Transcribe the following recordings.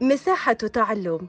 مساحة تعلم.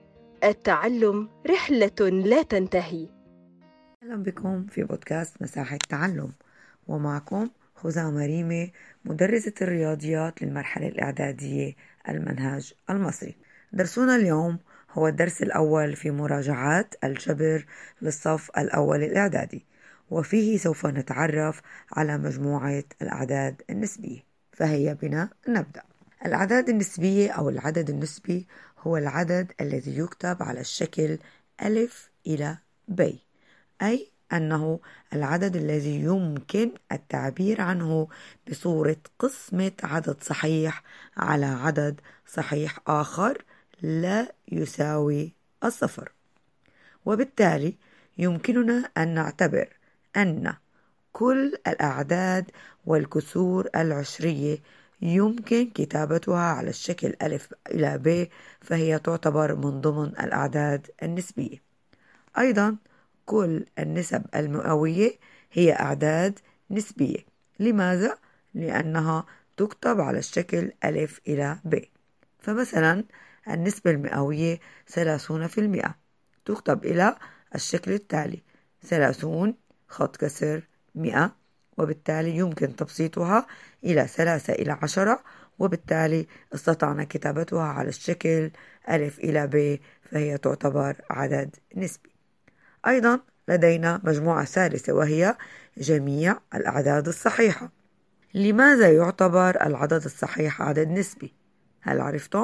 التعلم رحلة لا تنتهي. أهلا بكم في بودكاست مساحة تعلم، ومعكم خزامة ريمة، مدرسة الرياضيات للمرحلة الإعدادية المنهج المصري. درسنا اليوم هو الدرس الأول في مراجعات الجبر للصف الأول الإعدادي، وفيه سوف نتعرف على مجموعة الأعداد النسبية. فهيا بنا نبدأ. الأعداد النسبية أو العدد النسبي هو العدد الذي يكتب على الشكل ألف إلى ب، أي أنه العدد الذي يمكن التعبير عنه بصورة قسمة عدد صحيح على عدد صحيح آخر لا يساوي الصفر. وبالتالي يمكننا أن نعتبر أن كل الأعداد والكسور العشرية يمكن كتابتها على الشكل ألف إلى ب، فهي تعتبر من ضمن الأعداد النسبية. أيضا كل النسب المئوية هي أعداد نسبية. لماذا؟ لأنها تكتب على الشكل ألف إلى ب. فمثلا النسبة المئوية 30% تكتب إلى الشكل التالي: 30 خط كسر 100، وبالتالي يمكن تبسيطها إلى 3 إلى 10، وبالتالي استطعنا كتابتها على الشكل ألف إلى ب، فهي تعتبر عدد نسبي. أيضا لدينا مجموعة ثالثة وهي جميع الأعداد الصحيحة. لماذا يعتبر العدد الصحيح عدد نسبي؟ هل عرفتم؟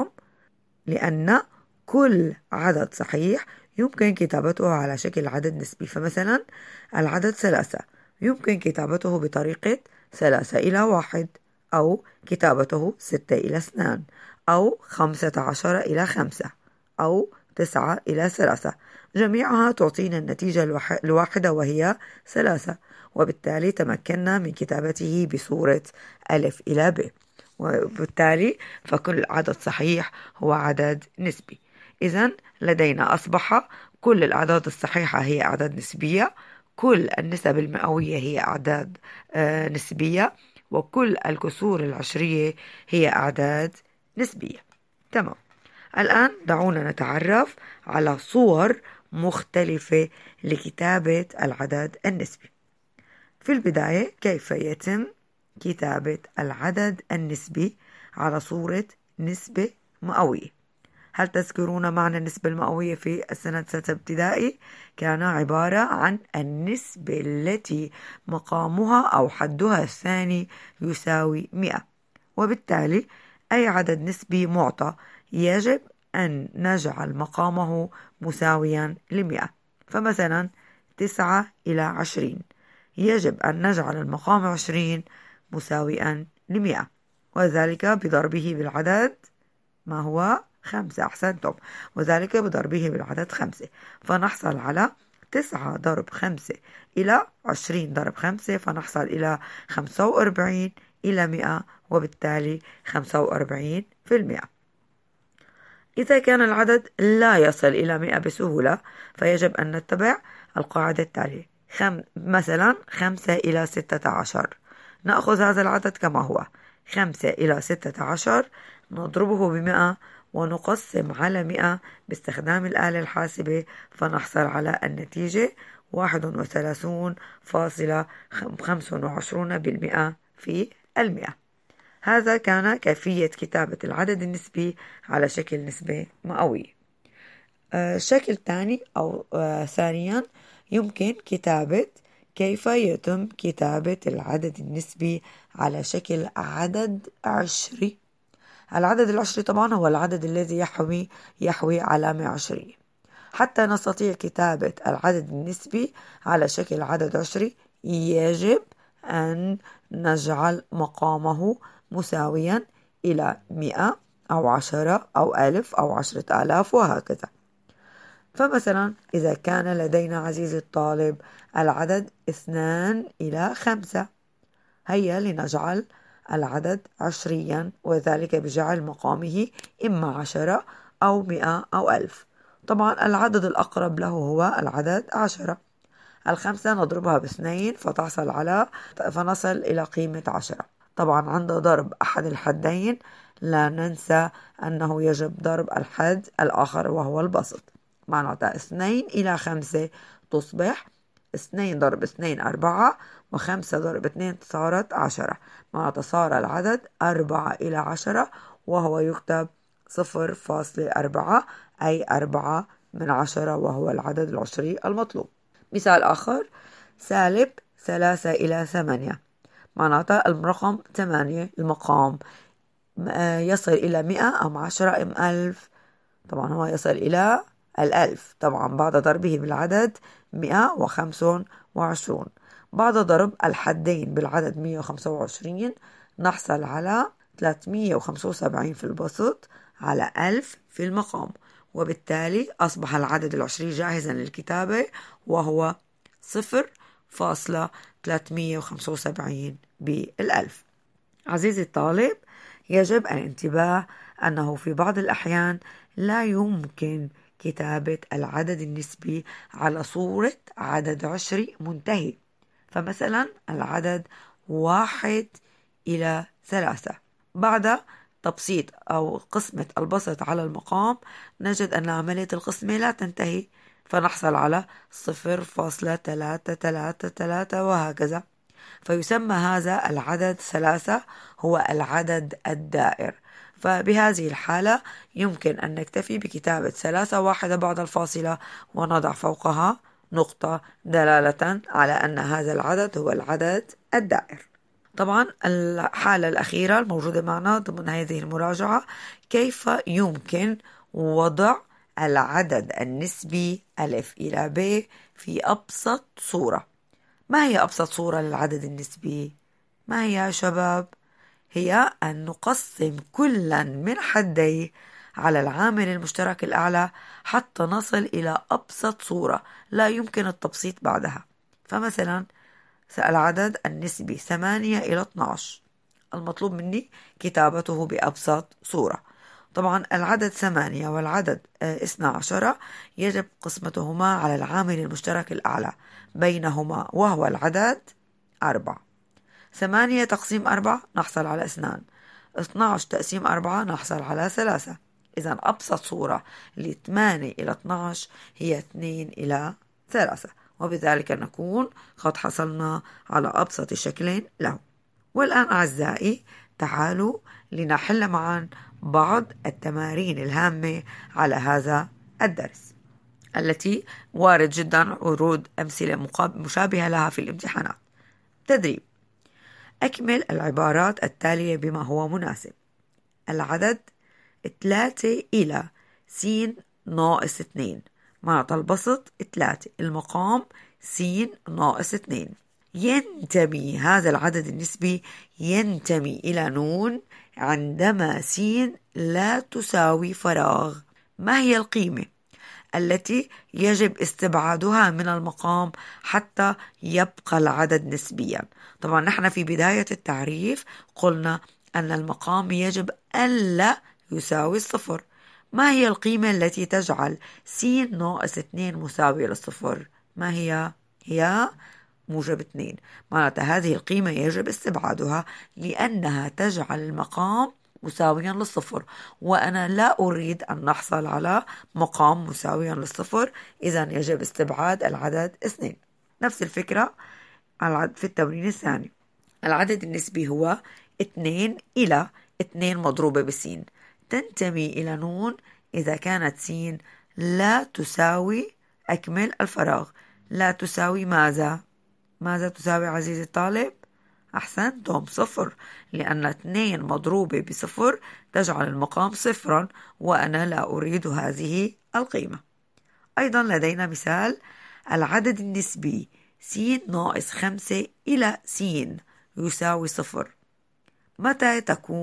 لأن كل عدد صحيح يمكن كتابته على شكل عدد نسبي. فمثلا العدد 3 يمكن كتابته بطريقة 3 إلى 1، أو كتابته 6 إلى 2، أو 15 إلى 5، أو 9 إلى 3. جميعها تعطينا النتيجة الواحدة وهي 3، وبالتالي تمكنا من كتابته بصورة ألف إلى ب، وبالتالي فكل عدد صحيح هو عدد نسبي. إذن لدينا أصبح كل الأعداد الصحيحة هي أعداد نسبية، كل النسب المئوية هي أعداد نسبية، وكل الكسور العشرية هي أعداد نسبية. تمام. الآن دعونا نتعرف على صور مختلفة لكتابة العدد النسبي. في البداية، كيف يتم كتابة العدد النسبي على صورة نسبة مئوية؟ هل تذكرون معنى النسبة المئوية في السنة السادسة ابتدائي؟ كان عبارة عن النسبة التي مقامها أو حدها الثاني يساوي 100، وبالتالي أي عدد نسبي معطى يجب أن نجعل مقامه مساويا ل100. فمثلا 9 إلى 20 يجب أن نجعل المقام 20 مساويا ل100، وذلك بضربه بالعدد ما هو 5. أحسنتم، وذلك بضربه بالعدد 5، فنحصل على 9 ضرب 5 إلى 20 ضرب 5، فنحصل إلى 45 إلى 100، وبالتالي 45%. إذا كان العدد لا يصل إلى 100 بسهولة، فيجب أن نتبع القاعدة التالية. مثلا 5 إلى 16، نأخذ هذا العدد كما هو: 5 إلى 16 نضربه ب100 ونقسم على 100 باستخدام الآلة الحاسبة، فنحصل على النتيجة 31.25% في 100. هذا كان كيفية كتابة العدد النسبي على شكل نسبة مئوية. شكل ثاني أو ثانيا يمكن كيف يتم كتابة العدد النسبي على شكل عدد عشري. العدد العشري طبعا هو العدد الذي يحوي علامة عشرية. حتى نستطيع كتابة العدد النسبي على شكل عدد عشري يجب أن نجعل مقامه مساويا إلى 100 أو 10 أو 1000 أو 10,000 وهكذا. فمثلا إذا كان لدينا عزيزي الطالب العدد 2 إلى 5، هيا لنجعل العدد عشريا، وذلك بجعل مقامه إما 10 أو 100 أو 1000. طبعا العدد الأقرب له هو العدد 10. 5 نضربها ب2 فنصل إلى قيمة 10. طبعا عند ضرب أحد الحدين لا ننسى أنه يجب ضرب الحد الآخر وهو البسط. معناتها 2 إلى 5 تصبح 2 ضرب 2 4، و5 ضرب 2 صارت 10. معناتها صار العدد 4 إلى 10، وهو يكتب 0.4، أي 4/10، وهو العدد العشري المطلوب. مثال آخر، سالب 3 إلى 8. معناتها الرقم 8 المقام يصل إلى 100 أم 10 أم 1000. طبعا هو يصل إلى 1000 طبعا بعد ضربه بالعدد 125. بعد ضرب الحدين بالعدد 125 نحصل على 375 في البسط على 1000 في المقام، وبالتالي أصبح العدد العشري جاهزا للكتابة، وهو 0.375 بالألف. عزيزي الطالب، يجب الانتباه أنه في بعض الأحيان لا يمكن كتابة العدد النسبي على صورة عدد عشري منتهي. فمثلا العدد 1 إلى 3 بعد تبسيط أو قسمة البسط على المقام نجد أن عملية القسمة لا تنتهي، فنحصل على 0.333 وهكذا. فيسمى هذا العدد 3 هو العدد الدائر. فبهذه الحالة يمكن أن نكتفي بكتابة 3 واحدة بعد الفاصلة ونضع فوقها نقطة دلالة على أن هذا العدد هو العدد الدائر. طبعا الحالة الأخيرة الموجودة معنا ضمن هذه المراجعة، كيف يمكن وضع العدد النسبي ألف إلى ب في أبسط صورة. ما هي أبسط صورة للعدد النسبي؟ ما هي يا شباب؟ هي أن نقسم كلا من حديه على العامل المشترك الأعلى حتى نصل إلى أبسط صورة لا يمكن التبسيط بعدها. فمثلا العدد النسبي 8 إلى 12 المطلوب مني كتابته بأبسط صورة. طبعا العدد 8 والعدد 12 يجب قسمتهما على العامل المشترك الأعلى بينهما وهو العدد 4. 8 تقسيم 4 نحصل على 2، 12 تقسيم 4 نحصل على 3. إذا أبسط صورة ل 8 إلى 12 هي 2 إلى 3، وبذلك نكون قد حصلنا على أبسط شكل له. والآن أعزائي تعالوا لنحل معا بعض التمارين الهامة على هذا الدرس التي وارد جدا ورود أمثلة مشابهة لها في الامتحانات. تدريب: أكمل العبارات التالية بما هو مناسب. العدد 3 إلى س ناقص 2. معناتها البسط 3، المقام س ناقص 2. ينتمي هذا العدد النسبي ينتمي إلى نون عندما س لا تساوي فراغ. ما هي القيمة التي يجب استبعادها من المقام حتى يبقى العدد نسبيا؟ طبعا نحن في بداية التعريف قلنا أن المقام يجب ألا يساوي الصفر. ما هي القيمة التي تجعل س ناقص 2 مساوية للصفر؟ ما هي؟ هي موجب 2. معناتها هذه القيمة يجب استبعادها لأنها تجعل المقام مساويا للصفر، وأنا لا أريد أن نحصل على مقام مساويا للصفر، إذن يجب استبعاد العدد 2. نفس الفكرة في التمرين الثاني. العدد النسبي هو 2 إلى 2 مضروبة بس، تنتمي إلى نون إذا كانت س لا تساوي، أكمل الفراغ، لا تساوي ماذا؟ ماذا تساوي عزيزي الطالب؟ أحسنتم، صفر، لأن 2 مضروبة بصفر تجعل المقام صفرا، وأنا لا أريد هذه القيمة. أيضا لدينا مثال: العدد النسبي س ناقص 5 إلى س يساوي صفر. متى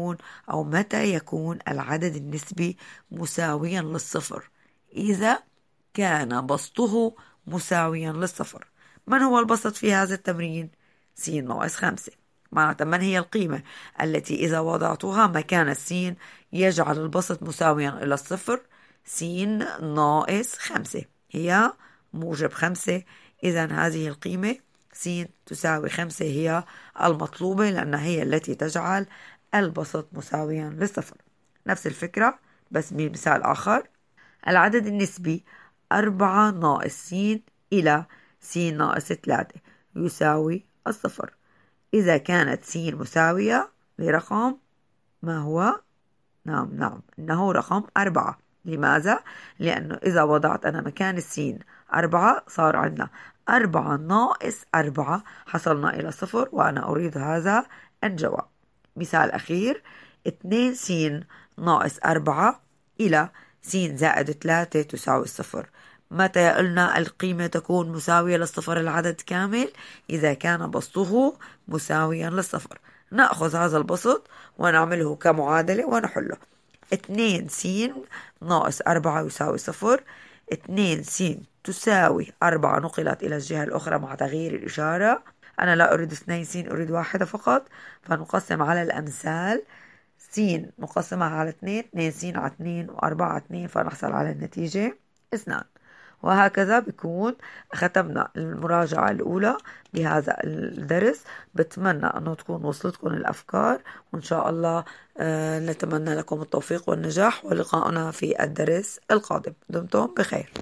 يكون العدد النسبي مساويا للصفر؟ إذا كان بسطه مساويا للصفر. من هو البسط في هذا التمرين؟ س ناقص 5. معناتها من هي القيمة التي إذا وضعتها مكان السين يجعل البسط مساويا إلى الصفر؟ س ناقص 5 هي موجب 5. إذن هذه القيمة س تساوي 5 هي المطلوبة، لأنها هي التي تجعل البسط مساويا للصفر. نفس الفكرة بس بمثال آخر. العدد النسبي 4 ناقص س إلى س ناقص 3 يساوي 0. إذا كانت س مساوية لرقم ما هو؟ نعم إنه رقم 4. لماذا؟ لأنه إذا وضعت أنا مكان السين 4 صار عندنا 4 ناقص 4 حصلنا إلى 0 وأنا أريد هذا الجواب. مثال أخير 2 س ناقص 4 إلى س زائد 3 تساوي 0. متى قلنا القيمة تكون مساوية للصفر العدد كامل؟ إذا كان بسطه مساويا للصفر. نأخذ هذا البسط ونعمله كمعادلة ونحله. 2 س ناقص 4 يساوي 0. 2 س تساوي 4 نقلت إلى الجهة الأخرى مع تغيير الإشارة. أنا لا أريد 2 س أريد واحدة فقط، فنقسم على الأمثال. س نقسمها على 2 2 س على 2 و4 على 2 فنحصل على النتيجة 2. وهكذا بكون ختمنا المراجعة الأولى بهذا الدرس. بتمنى أنه تكون وصلتكم الأفكار، وإن شاء الله نتمنى لكم التوفيق والنجاح، ولقاؤنا في الدرس القادم. دمتم بخير.